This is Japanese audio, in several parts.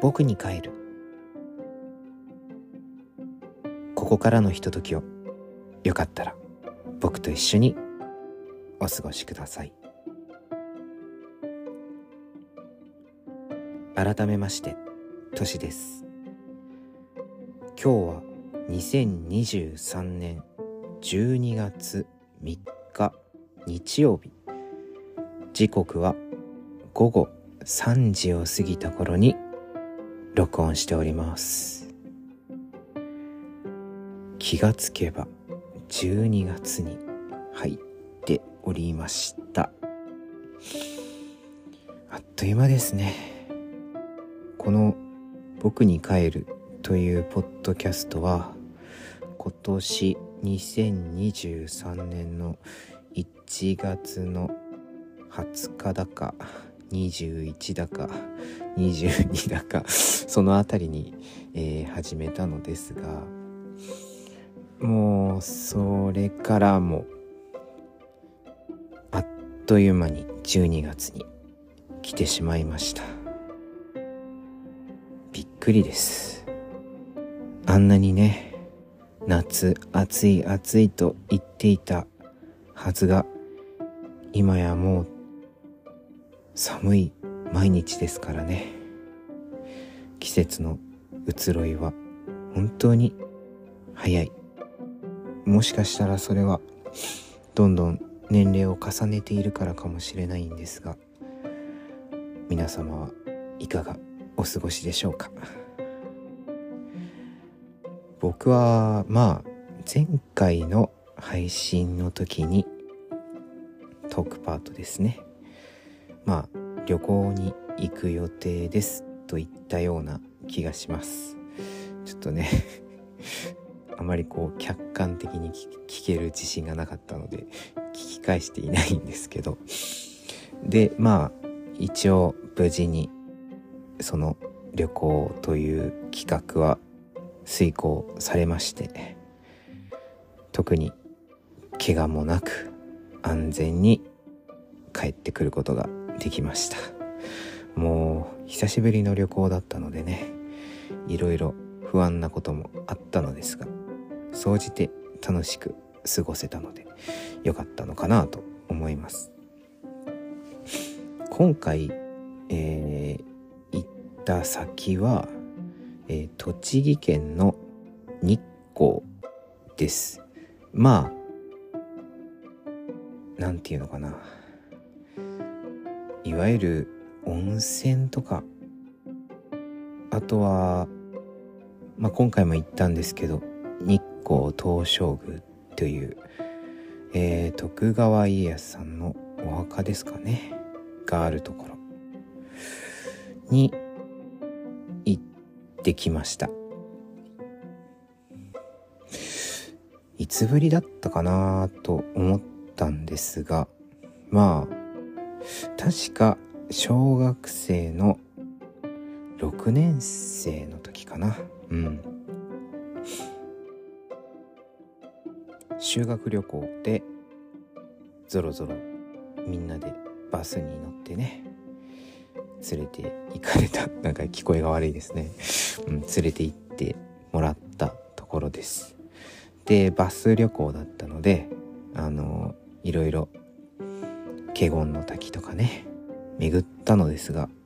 僕に帰る。ここからのひとときをよかったら僕と一緒にお過ごしください。改めましてとしです。今日は2023年12月3日日曜日、時刻は午後3時を過ぎた頃に録音しております。気がつけば12月に入っておりました。あっという間ですね。この僕に帰るというポッドキャストは今年2023年の1月の20日だか21だか22だかそのあたりに、始めたのですが、もうそれからもあっという間に12月に来てしまいました。びっくりです。あんなにね、夏暑い暑いと言っていたはずが、今やもう寒い毎日ですからね。季節の移ろいは本当に早い。もしかしたらそれはどんどん年齢を重ねているからかもしれないんですが、皆様はいかがお過ごしでしょうか。僕は前回の配信の時にトークパートですね、旅行に行く予定ですと言ったような気がします。ちょっとねあまり客観的に聞ける自信がなかったので聞き返していないんですけど、で一応無事にその旅行という企画は遂行されまして、特に怪我もなく安全に帰ってくることができました。もう久しぶりの旅行だったのでね、いろいろ不安なこともあったのですが、総じて楽しく過ごせたので良かったのかなと思います。今回、行った先は、栃木県の日光です。なんていうのかな、いわゆる温泉とか、あとは今回も行ったんですけど、日光東照宮という、徳川家康さんのお墓ですかねがあるところに行ってきました。いつぶりだったかなと思ったんですが、確か小学生の6年生の時かな。修学旅行でぞろぞろみんなでバスに乗ってね、連れて行かれた、なんか聞こえが悪いですね、連れて行ってもらったところです。でバス旅行だったので、いろいろ華厳の滝とかね巡ったのですが、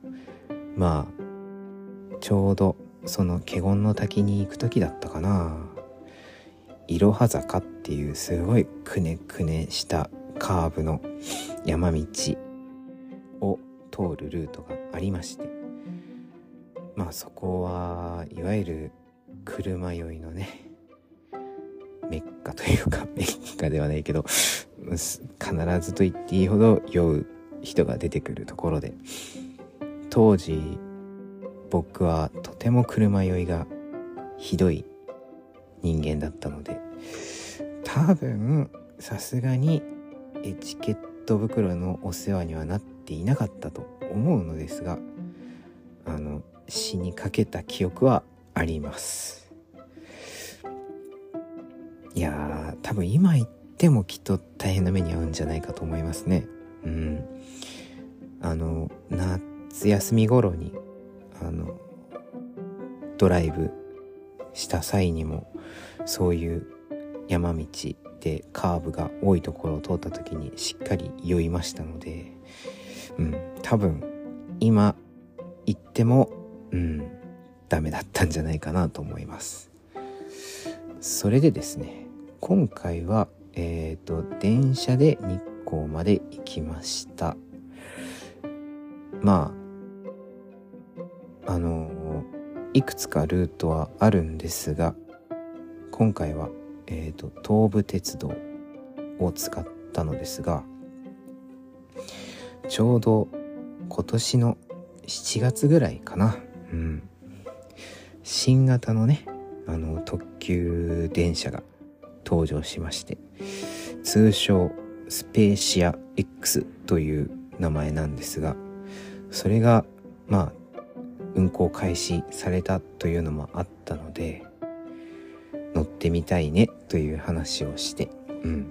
ちょうどその華厳の滝に行く時だったかな、いろは坂っていうすごいくねくねしたカーブの山道を通るルートがありまして、そこはいわゆる車酔いのねメッカというか、メッカではないけど必ずと言っていいほど酔う人が出てくるところで、当時僕はとても車酔いがひどい人間だったので、多分さすがにエチケット袋のお世話にはなっていなかったと思うのですが、死にかけた記憶はあります。いや多分今言ってもきっと大変な目に遭うんじゃないかと思いますね。夏休み頃にドライブした際にもそういう山道でカーブが多いところを通った時にしっかり酔いましたので、多分今行ってもダメだったんじゃないかなと思います。それでですね、今回は電車で日光まで行きました。いくつかルートはあるんですが、今回は、東武鉄道を使ったのですが、ちょうど今年の7月ぐらいかな、新型のね特急電車が登場しまして、通称スペーシア X という名前なんですが、それが運行開始されたというのもあったので、乗ってみたいねという話をして、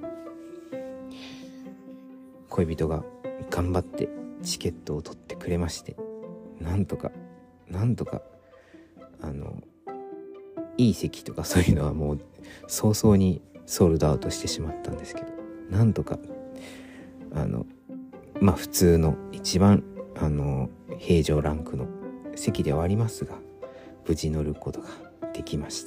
恋人が頑張ってチケットを取ってくれまして、なんとかいい席とかそういうのはもう早々にソールドアウトしてしまったんですけど、なんとか普通の一番平常ランクの席ではありますが、無事乗ることができました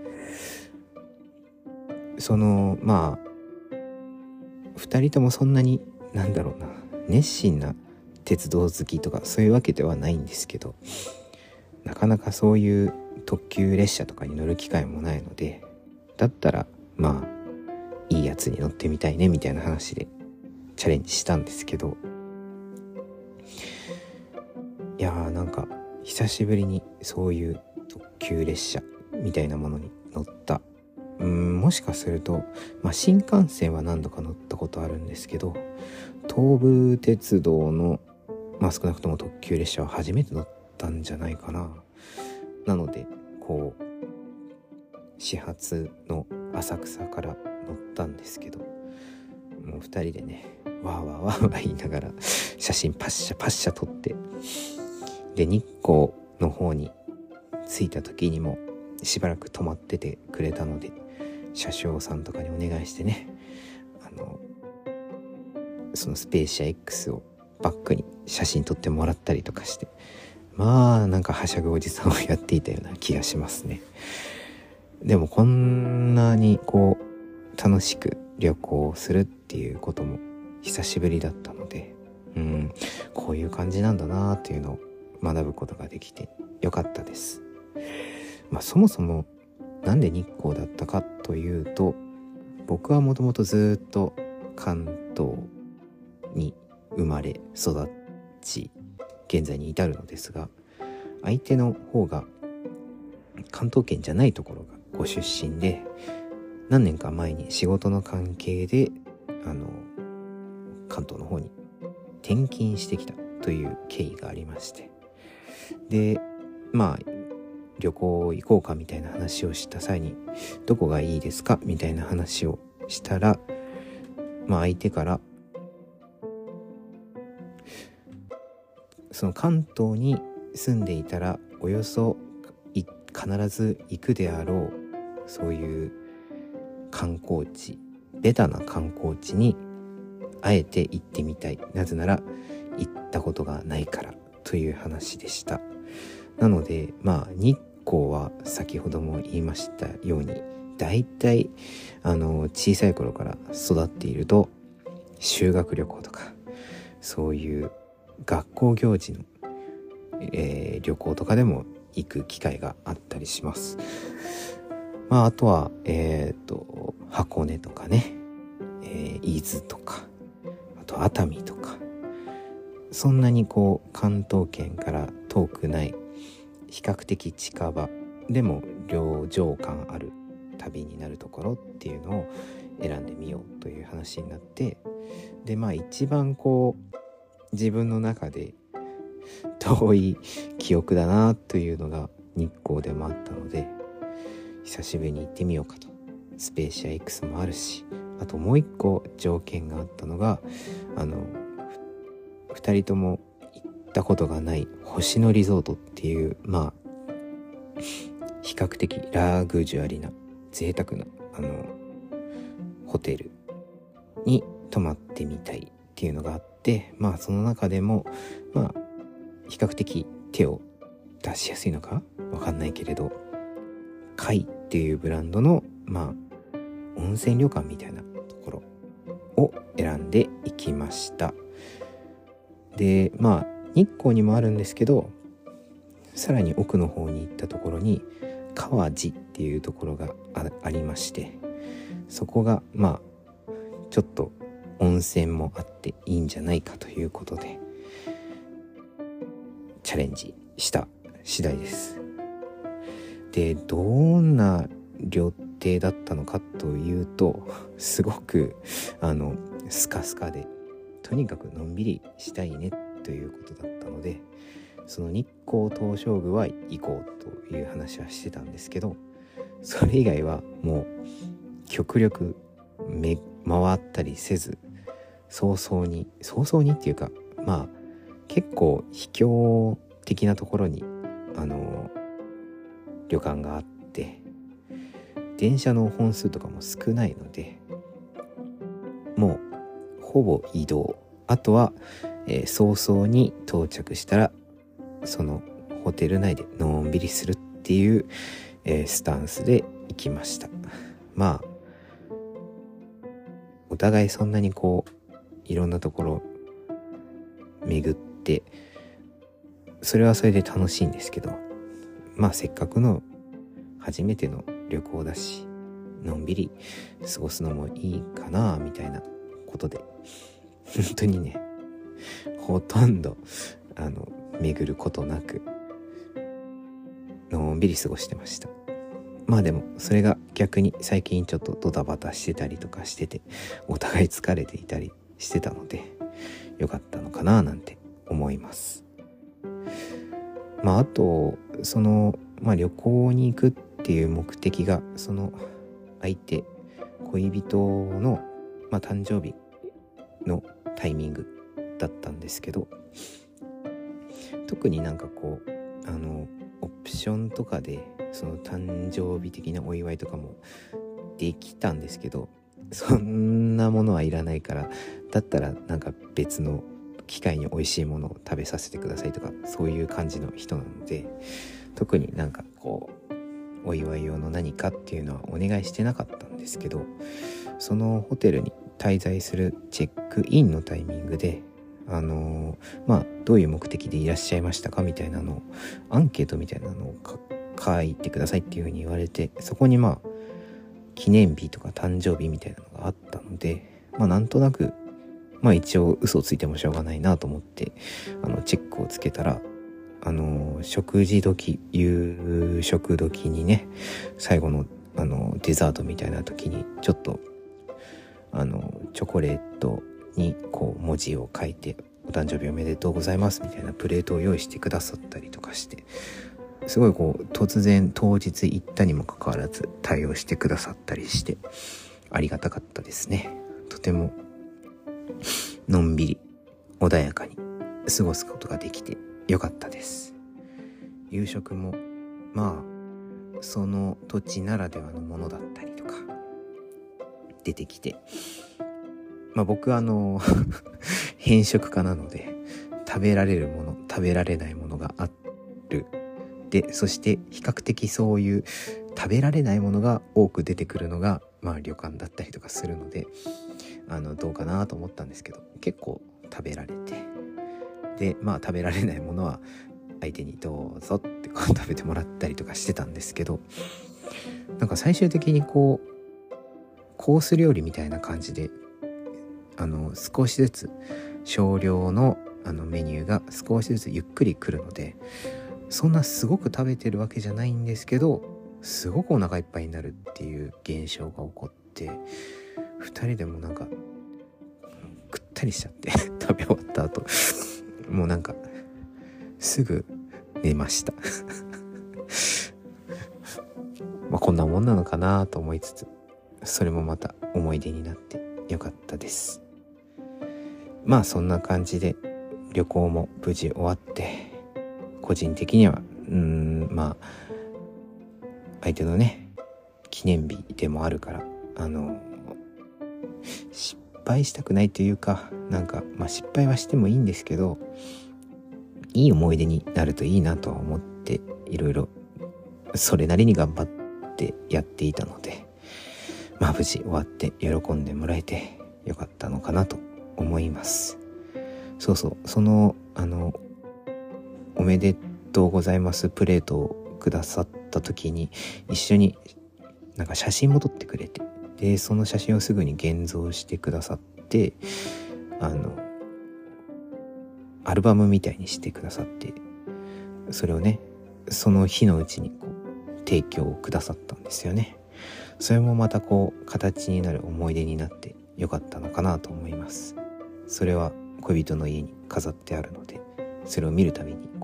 。2人ともそんなに熱心な鉄道好きとかそういうわけではないんですけど、なかなかそういう特急列車とかに乗る機会もないので、だったらいいやつに乗ってみたいねみたいな話でチャレンジしたんですけど、いやー久しぶりにそういう特急列車みたいなものに乗った。もしかすると、新幹線は何度か乗ったことあるんですけど、東武鉄道の少なくとも特急列車は初めて乗ったんじゃないかな。なので始発の浅草から乗ったんですけど、もう2人でねわーわー言いながら写真パッシャ撮って、で日光の方に着いた時にもしばらく泊まっててくれたので、車掌さんとかにお願いしてね、そのスペーシア X をバックに写真撮ってもらったりとかして、はしゃぐおじさんをやっていたような気がしますね。でもこんなに楽しく旅行するっていうことも久しぶりだったので、こういう感じなんだなっていうのを学ぶことができてよかったです。そもそもなんで日光だったかというと、僕はもともとずっと関東に生まれ育ち現在に至るのですが、相手の方が関東圏じゃないところがご出身で、何年か前に仕事の関係で関東の方に転勤してきたという経緯がありまして、で旅行行こうかみたいな話をした際に、どこがいいですかみたいな話をしたら、相手からその関東に住んでいたらおよそ必ず行くであろう、そういう観光地、ベタな観光地にあえて行ってみたい、なぜなら行ったことがないからという話でした。なので日光は先ほども言いましたように、だいたい小さい頃から育っていると修学旅行とかそういう学校行事の、旅行とかでも行く機会があったりします。あとは箱根とかね、伊豆とか、あと熱海とか、そんなに関東圏から遠くない比較的近場でも臨場感ある旅になるところっていうのを選んでみようという話になって、で一番自分の中で遠い記憶だなというのが日光でもあったので、久しぶりに行ってみようかと。スペーシア X もあるし、あともう一個条件があったのが、2人とも行ったことがない星野リゾートっていう比較的ラグジュアリーな贅沢なホテルに泊まってみたいっていうのがあって、その中でも比較的手を出しやすいのかわかんないけれど、界っていうブランドの温泉旅館みたいなところを選んでいきました。で日光にもあるんですけど、さらに奥の方に行ったところに川治っていうところが ありまして、そこがちょっと温泉もあっていいんじゃないかということでチャレンジした次第です。で、どんな旅程だったのかというと、すごくスカスカで、とにかくのんびりしたいねということだったので、その日光東照宮は行こうという話はしてたんですけど、それ以外はもう極力回ったりせず、早々にっていうか結構秘境的なところに旅館があって、電車の本数とかも少ないので、もうほぼ移動、あとは、早々に到着したらそのホテル内でのんびりするっていう、スタンスで行きました。お互いそんなにいろんなところ巡って、それはそれで楽しいんですけど、せっかくの初めての旅行だし、のんびり過ごすのもいいかなみたいなことで、本当にね、ほとんど巡ることなくのんびり過ごしてました。でもそれが逆に最近ちょっとドタバタしてたりとかしてて、お互い疲れていたりしてたので良かったのかななんて思います。あと旅行に行くっていう目的が、その相手恋人の、誕生日のタイミングだったんですけど、特にオプションとかでその誕生日的なお祝いとかもできたんですけど、そんなものはいらないから、だったら別の機会に美味しいものを食べさせてくださいとか、そういう感じの人なので、特にお祝い用の何かっていうのはお願いしてなかったんですけど、そのホテルに滞在するチェックインのタイミングでどういう目的でいらっしゃいましたかみたいなのを、アンケートみたいなのを書いてくださいっていう風に言われて、そこに記念日とか誕生日みたいなのがあったので、なんとなく一応嘘ついてもしょうがないなと思ってチェックをつけたら、食事時、夕食時にね、最後のデザートみたいな時にちょっとチョコレートに文字を書いて、お誕生日おめでとうございますみたいなプレートを用意してくださったりとかして、すごい突然当日行ったにもかかわらず対応してくださったりしてありがたかったですね。とてものんびり穏やかに過ごすことができてよかったです。夕食もその土地ならではのものだったりとか出てきて、僕偏食家なので、食べられるもの食べられないものがある。でそして比較的そういう食べられないものが多く出てくるのが旅館だったりとかするので、どうかなと思ったんですけど、結構食べられて、で食べられないものは相手にどうぞって食べてもらったりとかしてたんですけど、最終的にコース料理みたいな感じで少しずつ少量のメニューが少しずつゆっくり来るので、そんなすごく食べてるわけじゃないんですけど、すごくお腹いっぱいになるっていう現象が起こって、2人でもぐったりしちゃって食べ終わった後もうすぐ寝ましたこんなもんなのかなと思いつつ、それもまた思い出になってよかったです。そんな感じで旅行も無事終わって、個人的には相手のね記念日でもあるから、失敗したくないというか、失敗はしてもいいんですけど、いい思い出になるといいなとは思って、いろいろそれなりに頑張ってやっていたので、無事終わって喜んでもらえてよかったのかなと思います。そのおめでとうございますプレートをくださった時に、一緒に写真も撮ってくれて、でその写真をすぐに現像してくださって、アルバムみたいにしてくださって、それをねその日のうちに提供をくださったんですよね。それもまた形になる思い出になってよかったのかなと思います。それは恋人の家に飾ってあるので、それを見るたびに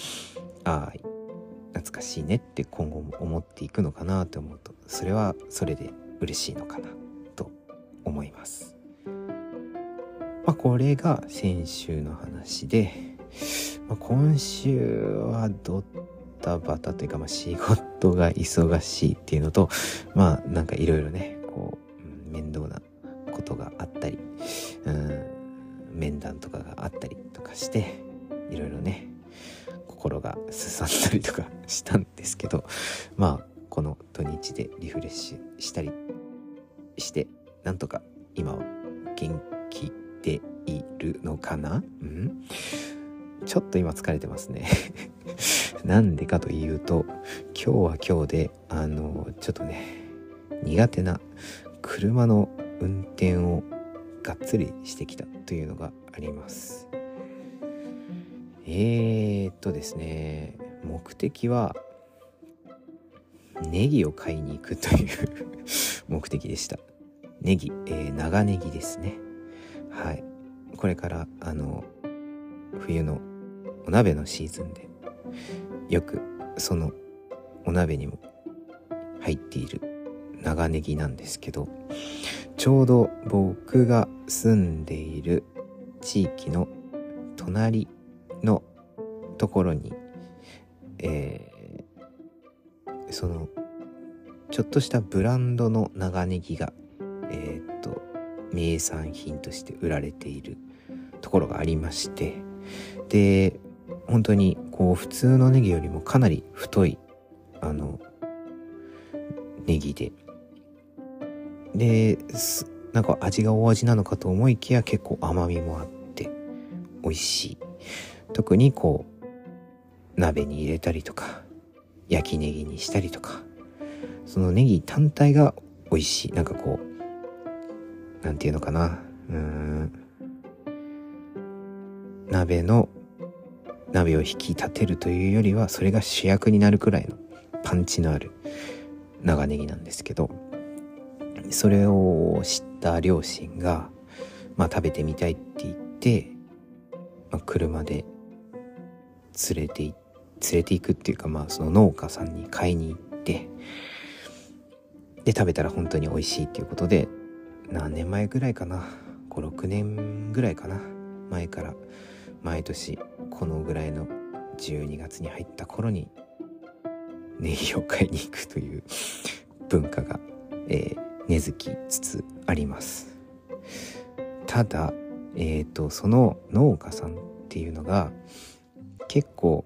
懐かしいねって今後も思っていくのかなと思うと、それはそれで嬉しいのかなと思います。これが先週の話で、今週はドタバタというか、仕事が忙しいっていうのと、いろいろね面倒なことがあったり、面談とかがあったりとかして、いろいろね心がすさんだりとかしたんですけど、この土日でリフレッシュしたりして、なんとか今は元気でいるのかな。ちょっと今疲れてますねなんでかというと、今日は今日でちょっとね苦手な車の運転をがっつりしてきたというのがあります。ですね、目的はネギを買いに行くという目的でした。ネギ、長ネギですね。はい。これから冬のお鍋のシーズンで、よくそのお鍋にも入っている長ネギなんですけど、ちょうど僕が住んでいる地域の隣のところに、そのちょっとしたブランドの長ネギが名産品として売られているところがありまして、で本当に普通のネギよりもかなり太いネギで味が大味なのかと思いきや、結構甘みもあって美味しい。特に鍋に入れたりとか焼きネギにしたりとか、そのネギ単体が美味しい。なんていうのかな、鍋を引き立てるというよりは、それが主役になるくらいのパンチのある長ネギなんですけど、それを知った両親が食べてみたいって言って、車で連れて行くっていうか、その農家さんに買いに行って、で食べたら本当に美味しいっていうことで、何年前ぐらいかな、5、6年ぐらいかな、前から毎年このぐらいの12月に入った頃にネギを買いに行くという文化が、根付きつつあります。ただその農家さんっていうのが結構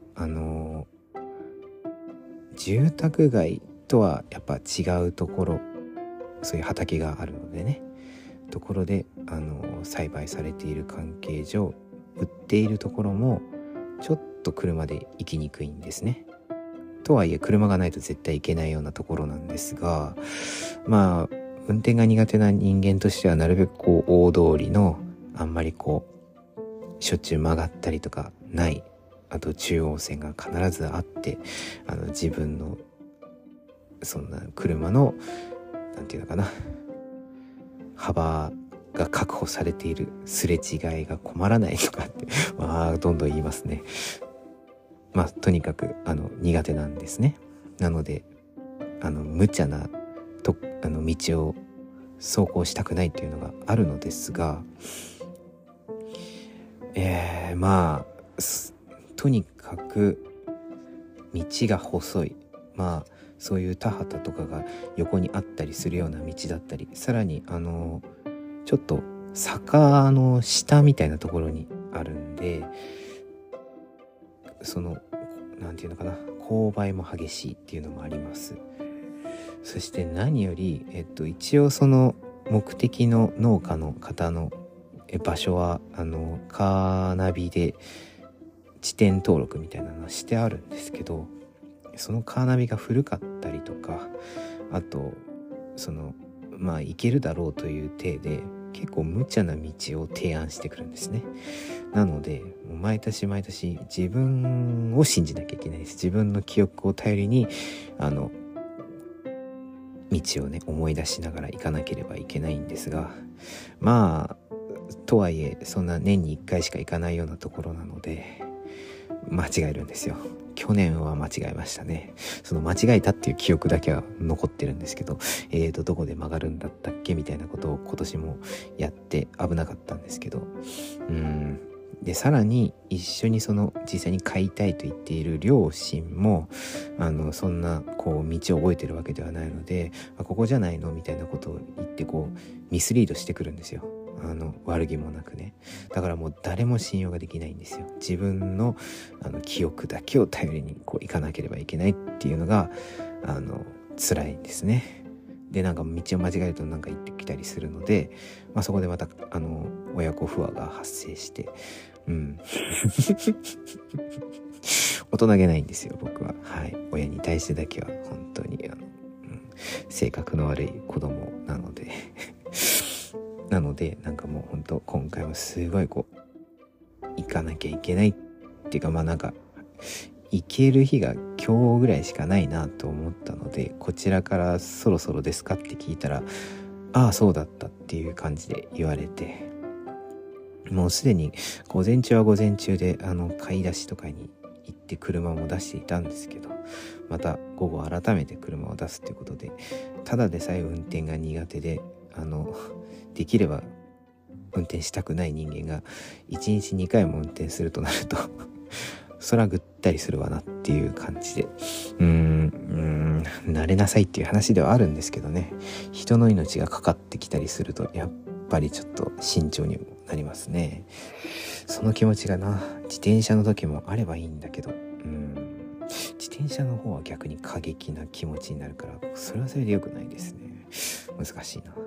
住宅街とはやっぱ違うところ、そういう畑があるのでね、ところで栽培されている関係上、売っているところもちょっと車で行きにくいんですね。とはいえ車がないと絶対行けないようなところなんですが、運転が苦手な人間としては、なるべく大通りのあんまりしょっちゅう曲がったりとかない、あと中央線が必ずあって、自分のそんな車のなんていうのかな、幅が確保されている、すれ違いが困らないとかってどんどん言いますね。とにかく苦手なんですね。なので無茶な道を走行したくないっていうのがあるのですが、とにかく道が細い、 そういう田畑とかが横にあったりするような道だったり、さらにちょっと坂の下みたいなところにあるんで、そのなんていうのかな、勾配も激しいっていうのもあります。そして何より、一応その目的の農家の方の場所はカーナビで地点登録みたいなのしてあるんですけど、そのカーナビが古かったりとか、あと行けるだろうという体で結構無茶な道を提案してくるんですね。なのでもう毎年自分を信じなきゃいけないです。自分の記憶を頼りに道をね思い出しながら行かなければいけないんですが、とはいえそんな年に1回しか行かないようなところなので間違えるんですよ。去年は間違えましたね。その間違えたっていう記憶だけは残ってるんですけど、どこで曲がるんだったっけみたいなことを今年もやって危なかったんですけど、でさらに一緒に実際に買いたいと言っている両親もそんな道を覚えてるわけではないので、ここじゃないのみたいなことを言ってミスリードしてくるんですよ。悪気もなくね。だからもう誰も信用ができないんですよ。自分の記憶だけを頼りに行かなければいけないっていうのが辛いんですね。で道を間違えると行ってきたりするので、そこでまた親子不和が発生して大人げないんですよ僕は。親に対してだけは本当に性格の悪い子供なのでもう本当今回はすごい行かなきゃいけないっていうか行ける日が今日ぐらいしかないなと思ったので、こちらからそろそろですかって聞いたら、ああそうだったっていう感じで言われて、もうすでに午前中は午前中で買い出しとかに行って車も出していたんですけど、また午後改めて車を出すということで、ただでさえ運転が苦手でできれば運転したくない人間が1日2回も運転するとなるとそらぐったりするわなっていう感じで、慣れなさいっていう話ではあるんですけどね、人の命がかかってきたりするとやっぱりちょっと慎重にもなりますね。その気持ちが自転車の時もあればいいんだけど、自転車の方は逆に過激な気持ちになるから、それはそれで良くないですね。難しいな。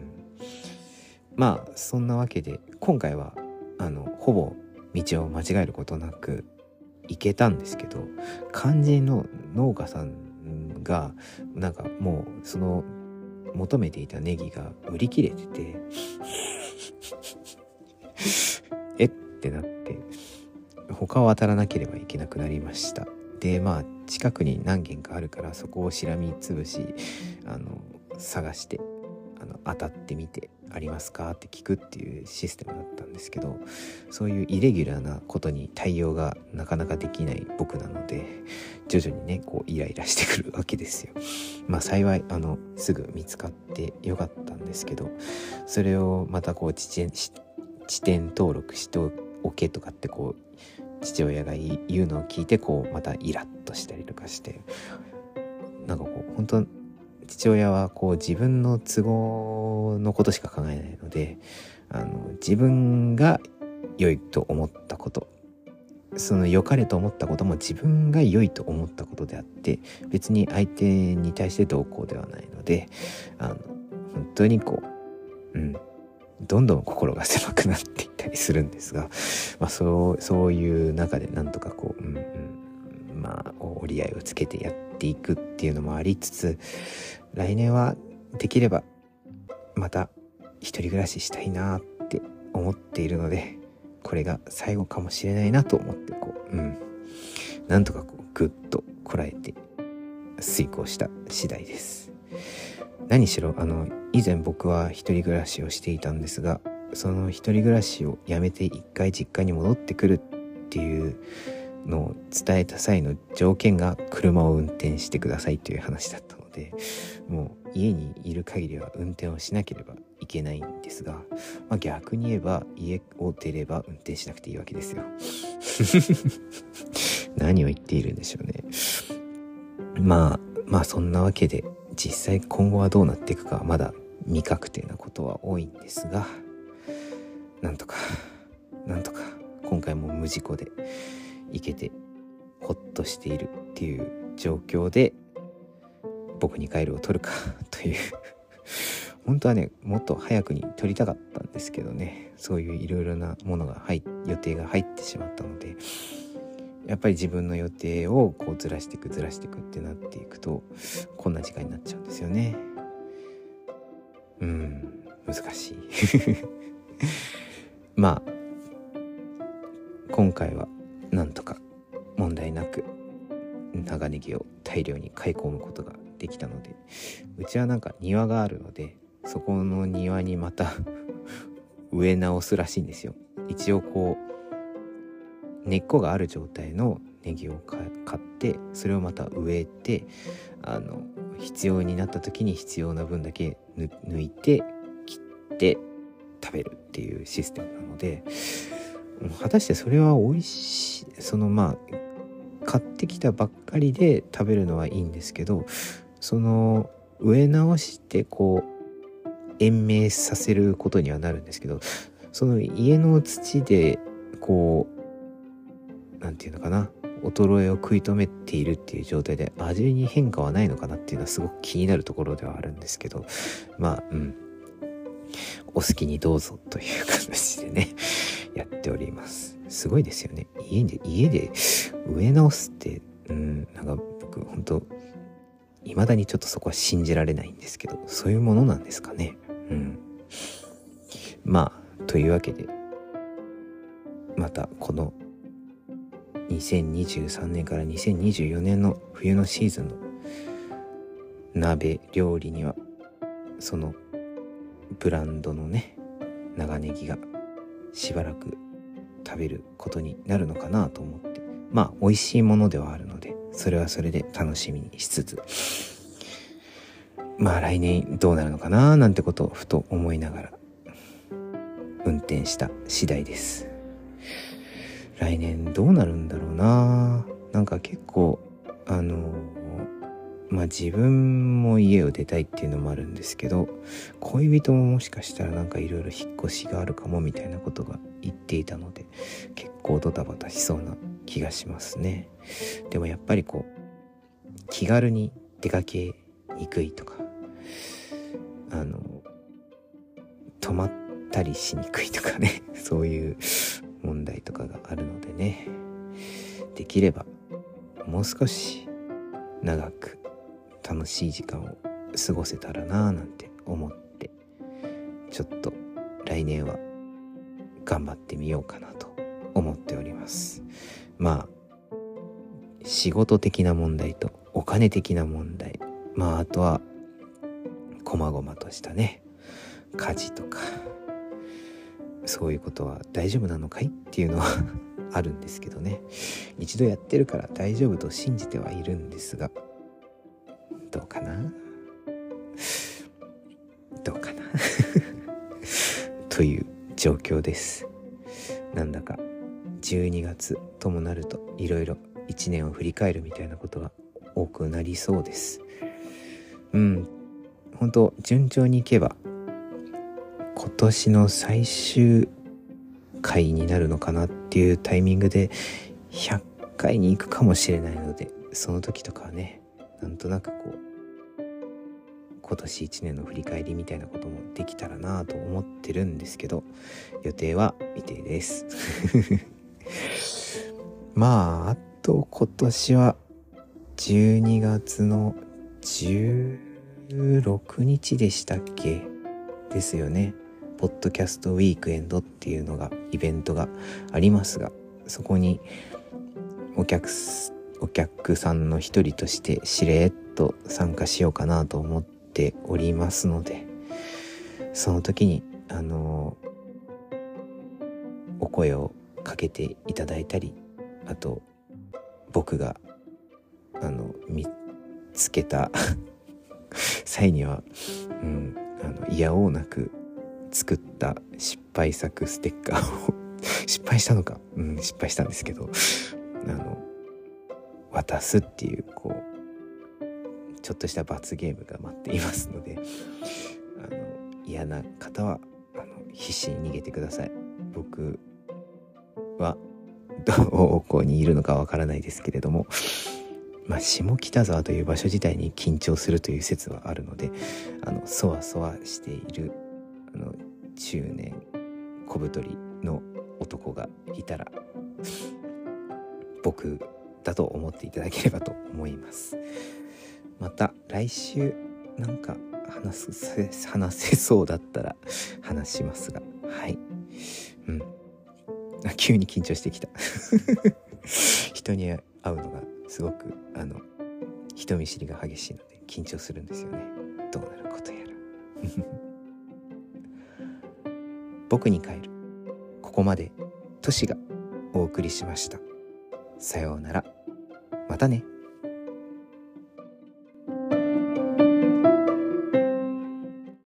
そんなわけで今回はほぼ道を間違えることなく行けたんですけど、肝心の農家さんがもうその求めていたネギが売り切れててってなって、他を当たらなければいけなくなりました。で近くに何軒かあるから、そこをしらみつぶし探して当たってみて、ありますかって聞くっていうシステムだったんですけど、そういうイレギュラーなことに対応がなかなかできない僕なので、徐々にねイライラしてくるわけですよ。幸いすぐ見つかってよかったんですけど、それをまた地点登録しておけとかって父親が言うのを聞いてまたイラッとしたりとかして、本当父親は自分の都合のことしか考えないので、自分が良いと思ったこと、その良かれと思ったことも自分が良いと思ったことであって、別に相手に対してどうこうではないので、本当にどんどん心が狭くなっていったりするんですが、そういう中でなんとか折り合いをつけてやっていくっていうのもありつつ、来年はできればまた一人暮らししたいなって思っているので、これが最後かもしれないなと思ってなんとかぐっとこらえて遂行した次第です。何しろ以前僕は一人暮らしをしていたんですが、その一人暮らしをやめて一回実家に戻ってくるっていうのを伝えた際の条件が車を運転してくださいという話だったので、もう家にいる限りは運転をしなければいけないんですが、逆に言えば家を出れば運転しなくていいわけですよ何を言っているんでしょうね。 まあそんなわけで実際今後はどうなっていくかはまだ未確定なことは多いんですが、なんとか今回も無事故で行けてほっとしているっていう状況で、僕に帰るを取るかという本当はねもっと早くに撮りたかったんですけどね、そういういろいろなものが予定が入ってしまったので、やっぱり自分の予定をこうずらしていくってなっていくとこんな時間になっちゃうんですよね。難しいまあ今回はなんとか問題なく長ネギを大量に買い込むことができたので、うちはなんか庭があるので、そこの庭にまた植え直すらしいんですよ。一応こう根っこがある状態のネギを買って、それをまた植えて、必要になった時に必要な分だけ抜いて切って食べるっていうシステムなので、果たしてそれは美味しい、買ってきたばっかりで食べるのはいいんですけど、その植え直してこう延命させることにはなるんですけど、その家の土でこうなんていうのかな、衰えを食い止めているっていう状態で味に変化はないのかなっていうのはすごく気になるところではあるんですけど、お好きにどうぞという形でねやっております。すごいですよね、家で植え直すって。なんか僕本当未だにちょっとそこは信じられないんですけど、そういうものなんですかね。というわけで、またこの2023年から2024年の冬のシーズンの鍋料理にはそのブランドのね長ネギがしばらく食べることになるのかなと思って、美味しいものではあるので、それはそれで楽しみにしつつ、来年どうなるのかななんてことをふと思いながら運転した次第です。来年どうなるんだろうな。なんか結構自分も家を出たいっていうのもあるんですけど、恋人ももしかしたらなんかいろいろ引っ越しがあるかもみたいなことが言っていたので、結構ドタバタしそうな気がしますね。でもやっぱりこう気軽に出かけにくいとか、泊まったりしにくいとかねそういう問題とかがあるのでね、できればもう少し長く楽しい時間を過ごせたらなぁなんて思って、ちょっと来年は頑張ってみようかなと思っております。仕事的な問題とお金的な問題、あとは細々としたね家事とか、そういうことは大丈夫なのかいっていうのはあるんですけどね、一度やってるから大丈夫と信じてはいるんですが、どうかなという状況です。なんだか12月ともなるといろいろ1年を振り返るみたいなことが多くなりそうです。本当順調にいけば今年の最終回になるのかなっていうタイミングで100回に行くかもしれないので、その時とかはね、なんとなくこう今年1年の振り返りみたいなこともできたらなと思ってるんですけど、予定は未定ですあと今年は12月の16日でしたっけですよね。ポッドキャストウィークエンドっていうのがイベントがありますが、そこにお客さんの一人としてしれっと参加しようかなと思っておりますので、その時にお声をかけていただいたり、あと僕が見つけた際にはいやおうなく作った失敗作ステッカーを失敗したのか、失敗したんですけど渡すっていうちょっとした罰ゲームが待っていますので、嫌な方は必死に逃げてください。僕はどこにいるのかわからないですけれども、下北沢という場所自体に緊張するという説はあるので、そわそわしている中年小太りの男がいたら僕だと思っていただければと思います。また来週なんか話せそうだったら話しますが、はい、急に緊張してきた人に会うのがすごく人見知りが激しいので緊張するんですよね。どうなることやら僕に帰る。ここまでトシがお送りしました。さようなら。またね。